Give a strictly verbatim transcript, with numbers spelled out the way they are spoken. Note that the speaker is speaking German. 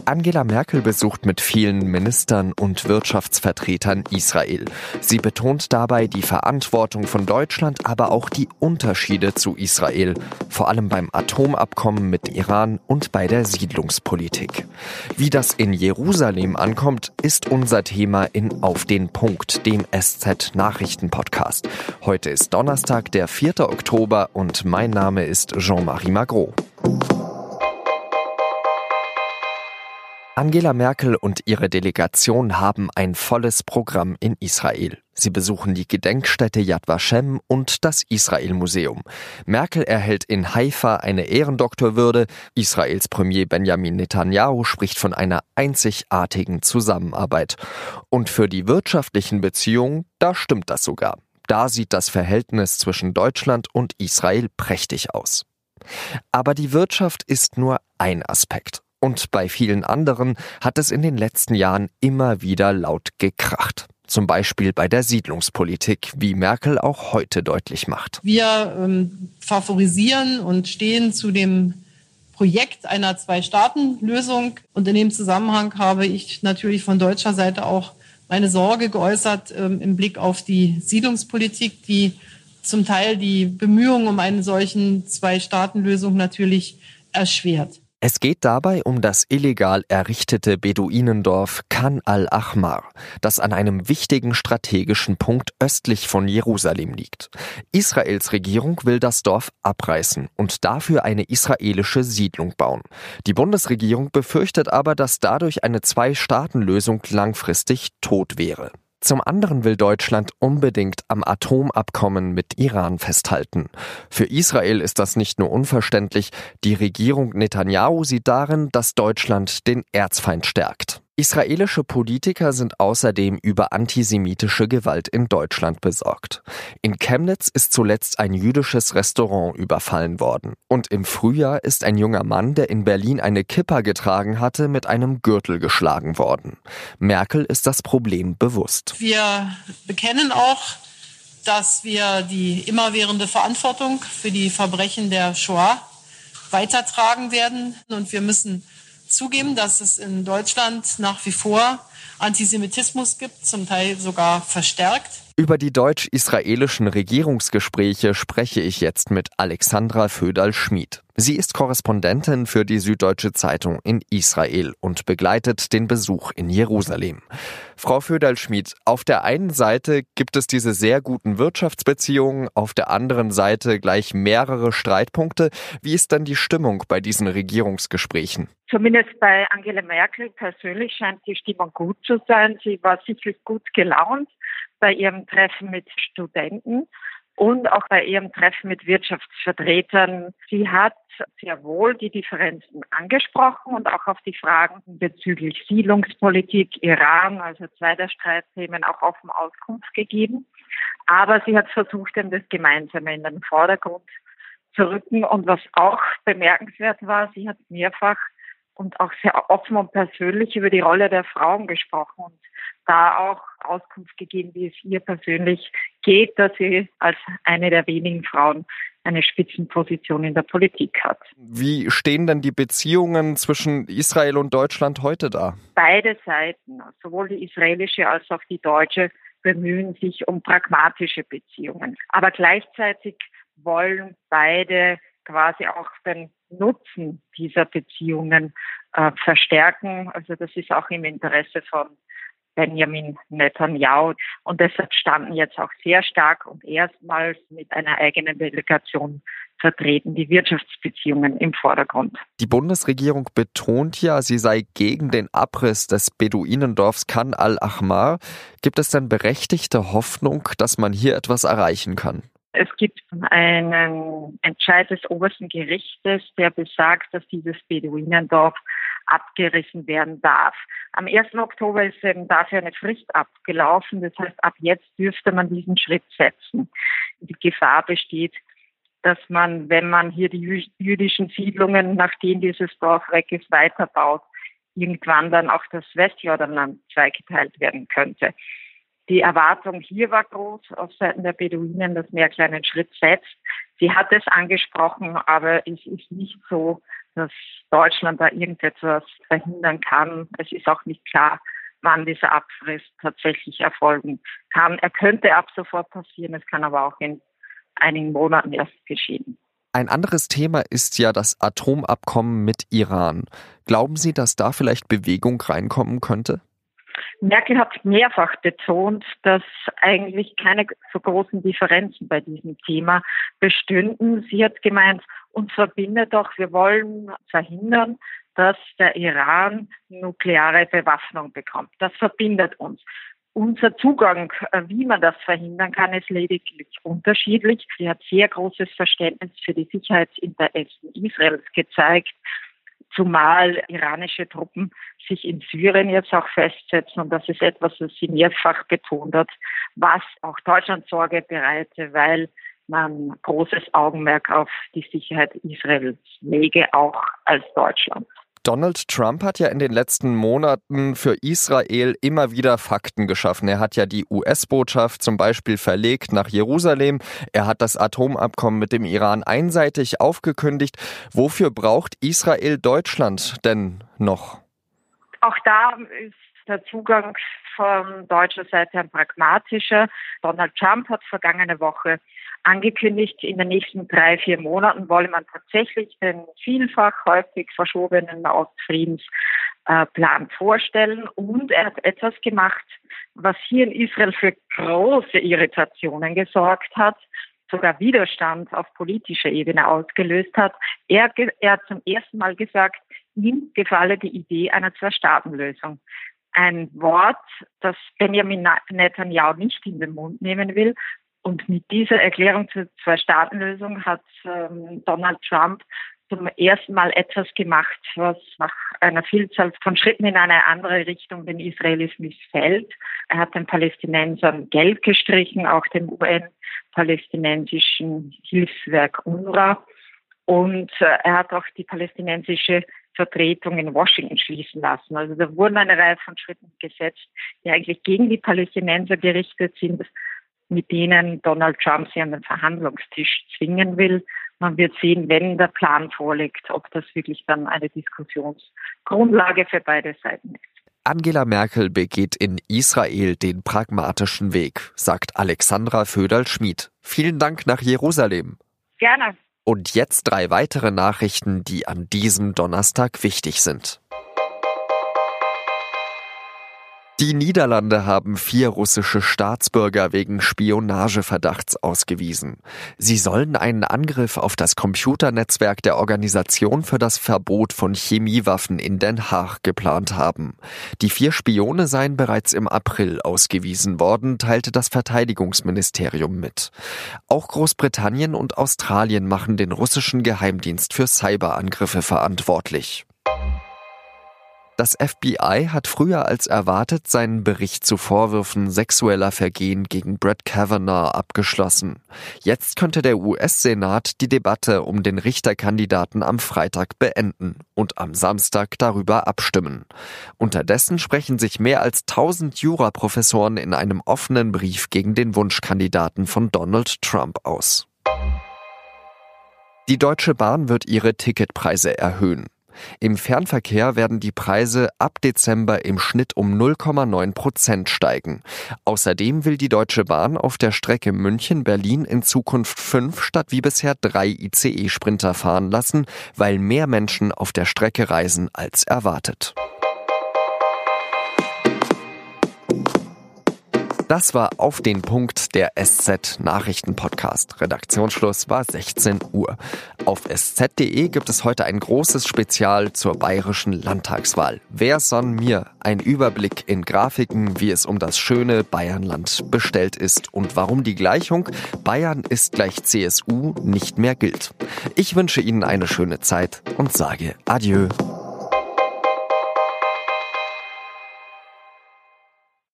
Angela Merkel besucht mit vielen Ministern und Wirtschaftsvertretern Israel. Sie betont dabei die Verantwortung von Deutschland, aber auch die Unterschiede zu Israel, vor allem beim Atomabkommen mit Iran und bei der Siedlungspolitik. Wie das in Jerusalem ankommt, ist unser Thema in Auf den Punkt, dem S Z-Nachrichten-Podcast. Heute ist Donnerstag, der vierte Oktober und mein Name ist Jean-Marie Magro. Angela Merkel und ihre Delegation haben ein volles Programm in Israel. Sie besuchen die Gedenkstätte Yad Vashem und das Israel-Museum. Merkel erhält in Haifa eine Ehrendoktorwürde. Israels Premier Benjamin Netanyahu spricht von einer einzigartigen Zusammenarbeit. Und für die wirtschaftlichen Beziehungen, da stimmt das sogar. Da sieht das Verhältnis zwischen Deutschland und Israel prächtig aus. Aber die Wirtschaft ist nur ein Aspekt. Und bei vielen anderen hat es in den letzten Jahren immer wieder laut gekracht. Zum Beispiel bei der Siedlungspolitik, wie Merkel auch heute deutlich macht. Wir ähm, favorisieren und stehen zu dem Projekt einer Zwei-Staaten-Lösung. Und in dem Zusammenhang habe ich natürlich von deutscher Seite auch meine Sorge geäußert ähm, im Blick auf die Siedlungspolitik, die zum Teil die Bemühungen um eine solchen Zwei-Staaten-Lösung natürlich erschwert. Es geht dabei um das illegal errichtete Beduinendorf Khan al-Ahmar, das an einem wichtigen strategischen Punkt östlich von Jerusalem liegt. Israels Regierung will das Dorf abreißen und dafür eine israelische Siedlung bauen. Die Bundesregierung befürchtet aber, dass dadurch eine Zwei-Staaten-Lösung langfristig tot wäre. Zum anderen will Deutschland unbedingt am Atomabkommen mit Iran festhalten. Für Israel ist das nicht nur unverständlich, die Regierung Netanyahu sieht darin, dass Deutschland den Erzfeind stärkt. Israelische Politiker sind außerdem über antisemitische Gewalt in Deutschland besorgt. In Chemnitz ist zuletzt ein jüdisches Restaurant überfallen worden. Und im Frühjahr ist ein junger Mann, der in Berlin eine Kippa getragen hatte, mit einem Gürtel geschlagen worden. Merkel ist das Problem bewusst. Wir bekennen auch, dass wir die immerwährende Verantwortung für die Verbrechen der Shoah weitertragen werden. Und wir müssen zugeben, dass es in Deutschland nach wie vor Antisemitismus gibt, zum Teil sogar verstärkt. Über die deutsch-israelischen Regierungsgespräche spreche ich jetzt mit Alexandra Föderl-Schmid. Sie ist Korrespondentin für die Süddeutsche Zeitung in Israel und begleitet den Besuch in Jerusalem. Frau Föderl-Schmid, auf der einen Seite gibt es diese sehr guten Wirtschaftsbeziehungen, auf der anderen Seite gleich mehrere Streitpunkte. Wie ist denn die Stimmung bei diesen Regierungsgesprächen? Zumindest bei Angela Merkel persönlich scheint die Stimmung gut zu sein. Sie war sicherlich gut gelaunt bei ihrem Treffen mit Studenten und auch bei ihrem Treffen mit Wirtschaftsvertretern. Sie hat sehr wohl die Differenzen angesprochen und auch auf die Fragen bezüglich Siedlungspolitik, Iran, also zwei der Streitthemen, auch offen Auskunft gegeben. Aber sie hat versucht, das Gemeinsame in den Vordergrund zu rücken. Und was auch bemerkenswert war, sie hat mehrfach und auch sehr offen und persönlich über die Rolle der Frauen gesprochen und da auch Auskunft gegeben, wie es ihr persönlich geht, dass sie als eine der wenigen Frauen eine Spitzenposition in der Politik hat. Wie stehen denn die Beziehungen zwischen Israel und Deutschland heute da? Beide Seiten, sowohl die israelische als auch die deutsche, bemühen sich um pragmatische Beziehungen. Aber gleichzeitig wollen beide quasi auch den Nutzen dieser Beziehungen äh, verstärken. Also das ist auch im Interesse von Benjamin Netanyahu. Und deshalb standen jetzt auch sehr stark und erstmals mit einer eigenen Delegation vertreten die Wirtschaftsbeziehungen im Vordergrund. Die Bundesregierung betont ja, sie sei gegen den Abriss des Beduinendorfs Khan al-Ahmar. Gibt es denn berechtigte Hoffnung, dass man hier etwas erreichen kann? Es gibt einen Entscheid des obersten Gerichtes, der besagt, dass dieses Beduinendorf abgerissen werden darf. Am ersten Oktober ist eben dafür eine Frist abgelaufen. Das heißt, ab jetzt dürfte man diesen Schritt setzen. Die Gefahr besteht, dass man, wenn man hier die jüdischen Siedlungen, nachdem dieses Dorf weg ist, weiterbaut, irgendwann dann auch das Westjordanland zweigeteilt werden könnte. Die Erwartung hier war groß auf Seiten der Beduinen, dass Merkel einen Schritt setzt. Sie hat es angesprochen, aber es ist nicht so, dass Deutschland da irgendetwas verhindern kann. Es ist auch nicht klar, wann dieser Abfriss tatsächlich erfolgen kann. Er könnte ab sofort passieren, es kann aber auch in einigen Monaten erst geschehen. Ein anderes Thema ist ja das Atomabkommen mit Iran. Glauben Sie, dass da vielleicht Bewegung reinkommen könnte? Merkel hat mehrfach betont, dass eigentlich keine so großen Differenzen bei diesem Thema bestünden. Sie hat gemeint, uns verbindet doch, wir wollen verhindern, dass der Iran nukleare Bewaffnung bekommt. Das verbindet uns. Unser Zugang, wie man das verhindern kann, ist lediglich unterschiedlich. Sie hat sehr großes Verständnis für die Sicherheitsinteressen Israels gezeigt, zumal iranische Truppen sich in Syrien jetzt auch festsetzen. Und das ist etwas, was sie mehrfach betont hat, was auch Deutschland Sorge bereite, weil man großes Augenmerk auf die Sicherheit Israels lege, auch als Deutschland. Donald Trump hat ja in den letzten Monaten für Israel immer wieder Fakten geschaffen. Er hat ja die U S-Botschaft zum Beispiel verlegt nach Jerusalem. Er hat das Atomabkommen mit dem Iran einseitig aufgekündigt. Wofür braucht Israel Deutschland denn noch? Auch da ist der Zugang von deutscher Seite ein pragmatischer. Donald Trump hat vergangene Woche angekündigt, in den nächsten drei, vier Monaten wolle man tatsächlich den vielfach häufig verschobenen Nahostfriedensplan vorstellen. Und er hat etwas gemacht, was hier in Israel für große Irritationen gesorgt hat, sogar Widerstand auf politischer Ebene ausgelöst hat. Er, er hat zum ersten Mal gesagt, ihm gefalle die Idee einer Zwei-Staaten-Lösung. Ein Wort, das Benjamin Netanyahu nicht in den Mund nehmen will. Und mit dieser Erklärung zur Zwei-Staaten-Lösung hat ähm, Donald Trump zum ersten Mal etwas gemacht, was nach einer Vielzahl von Schritten in eine andere Richtung den Israelis missfällt. Er hat den Palästinensern Geld gestrichen, auch dem U N-palästinensischen Hilfswerk UNRWA. Und äh, er hat auch die palästinensische Vertretung in Washington schließen lassen. Also da wurden eine Reihe von Schritten gesetzt, die eigentlich gegen die Palästinenser gerichtet sind, mit denen Donald Trump sie an den Verhandlungstisch zwingen will. Man wird sehen, wenn der Plan vorliegt, ob das wirklich dann eine Diskussionsgrundlage für beide Seiten ist. Angela Merkel begeht in Israel den pragmatischen Weg, sagt Alexandra Föderl-Schmid. Vielen Dank nach Jerusalem. Gerne. Und jetzt drei weitere Nachrichten, die an diesem Donnerstag wichtig sind. Die Niederlande haben vier russische Staatsbürger wegen Spionageverdachts ausgewiesen. Sie sollen einen Angriff auf das Computernetzwerk der Organisation für das Verbot von Chemiewaffen in Den Haag geplant haben. Die vier Spione seien bereits im April ausgewiesen worden, teilte das Verteidigungsministerium mit. Auch Großbritannien und Australien machen den russischen Geheimdienst für Cyberangriffe verantwortlich. Das F B I hat früher als erwartet seinen Bericht zu Vorwürfen sexueller Vergehen gegen Brett Kavanaugh abgeschlossen. Jetzt könnte der U S-Senat die Debatte um den Richterkandidaten am Freitag beenden und am Samstag darüber abstimmen. Unterdessen sprechen sich mehr als tausend Juraprofessoren in einem offenen Brief gegen den Wunschkandidaten von Donald Trump aus. Die Deutsche Bahn wird ihre Ticketpreise erhöhen. Im Fernverkehr werden die Preise ab Dezember im Schnitt um null Komma neun Prozent steigen. Außerdem will die Deutsche Bahn auf der Strecke München-Berlin in Zukunft fünf statt wie bisher drei I C E-Sprinter fahren lassen, weil mehr Menschen auf der Strecke reisen als erwartet. Das war auf den Punkt der S Z-Nachrichten-Podcast. Redaktionsschluss war sechzehn Uhr. Auf S Z punkt de gibt es heute ein großes Spezial zur bayerischen Landtagswahl. Wer son mir? Ein Überblick in Grafiken, wie es um das schöne Bayernland bestellt ist und warum die Gleichung Bayern ist gleich C S U nicht mehr gilt. Ich wünsche Ihnen eine schöne Zeit und sage Adieu.